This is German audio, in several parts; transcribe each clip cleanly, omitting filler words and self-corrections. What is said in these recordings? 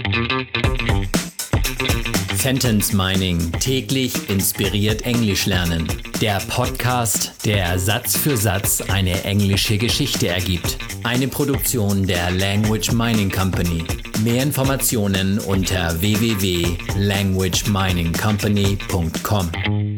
Sentence Mining. Täglich inspiriert Englisch lernen. Der Podcast, der Satz für Satz eine englische Geschichte ergibt. Eine Produktion der Language Mining Company. Mehr Informationen unter www.languageminingcompany.com.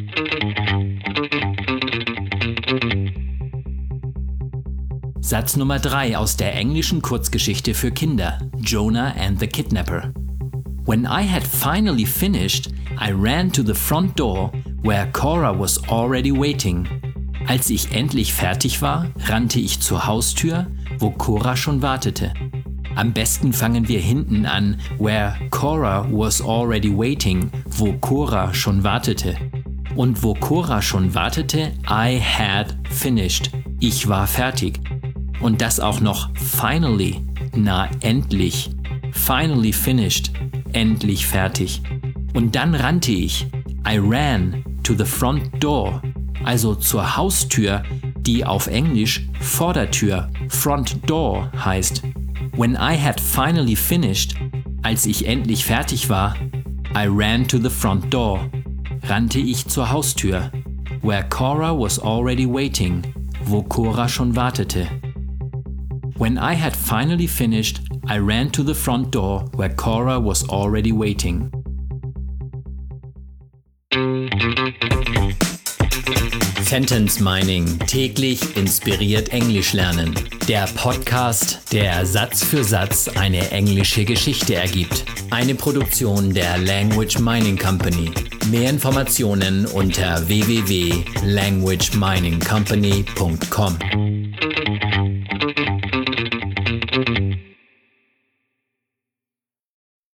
Satz Nummer 3 aus der englischen Kurzgeschichte für Kinder, Jonah and the Kidnapper. When I had finally finished, I ran to the front door where Cora was already waiting. Als ich endlich fertig war, rannte ich zur Haustür, wo Cora schon wartete. Am besten fangen wir hinten an, where Cora was already waiting, wo Cora schon wartete. Und wo Cora schon wartete, I had finished. Ich war fertig. Und das auch noch finally, na endlich. Finally finished, endlich fertig. Und dann rannte ich. I ran to the front door, also zur Haustür, die auf Englisch Vordertür, front door heißt. When I had finally finished, als ich endlich fertig war, I ran to the front door, rannte ich zur Haustür, where Cora was already waiting, wo Cora schon wartete. When I had finally finished, I ran to the front door where Cora was already waiting. Sentence Mining. Täglich inspiriert Englisch lernen. Der Podcast, der Satz für Satz eine englische Geschichte ergibt. Eine Produktion der Language Mining Company. Mehr Informationen unter www.languageminingcompany.com.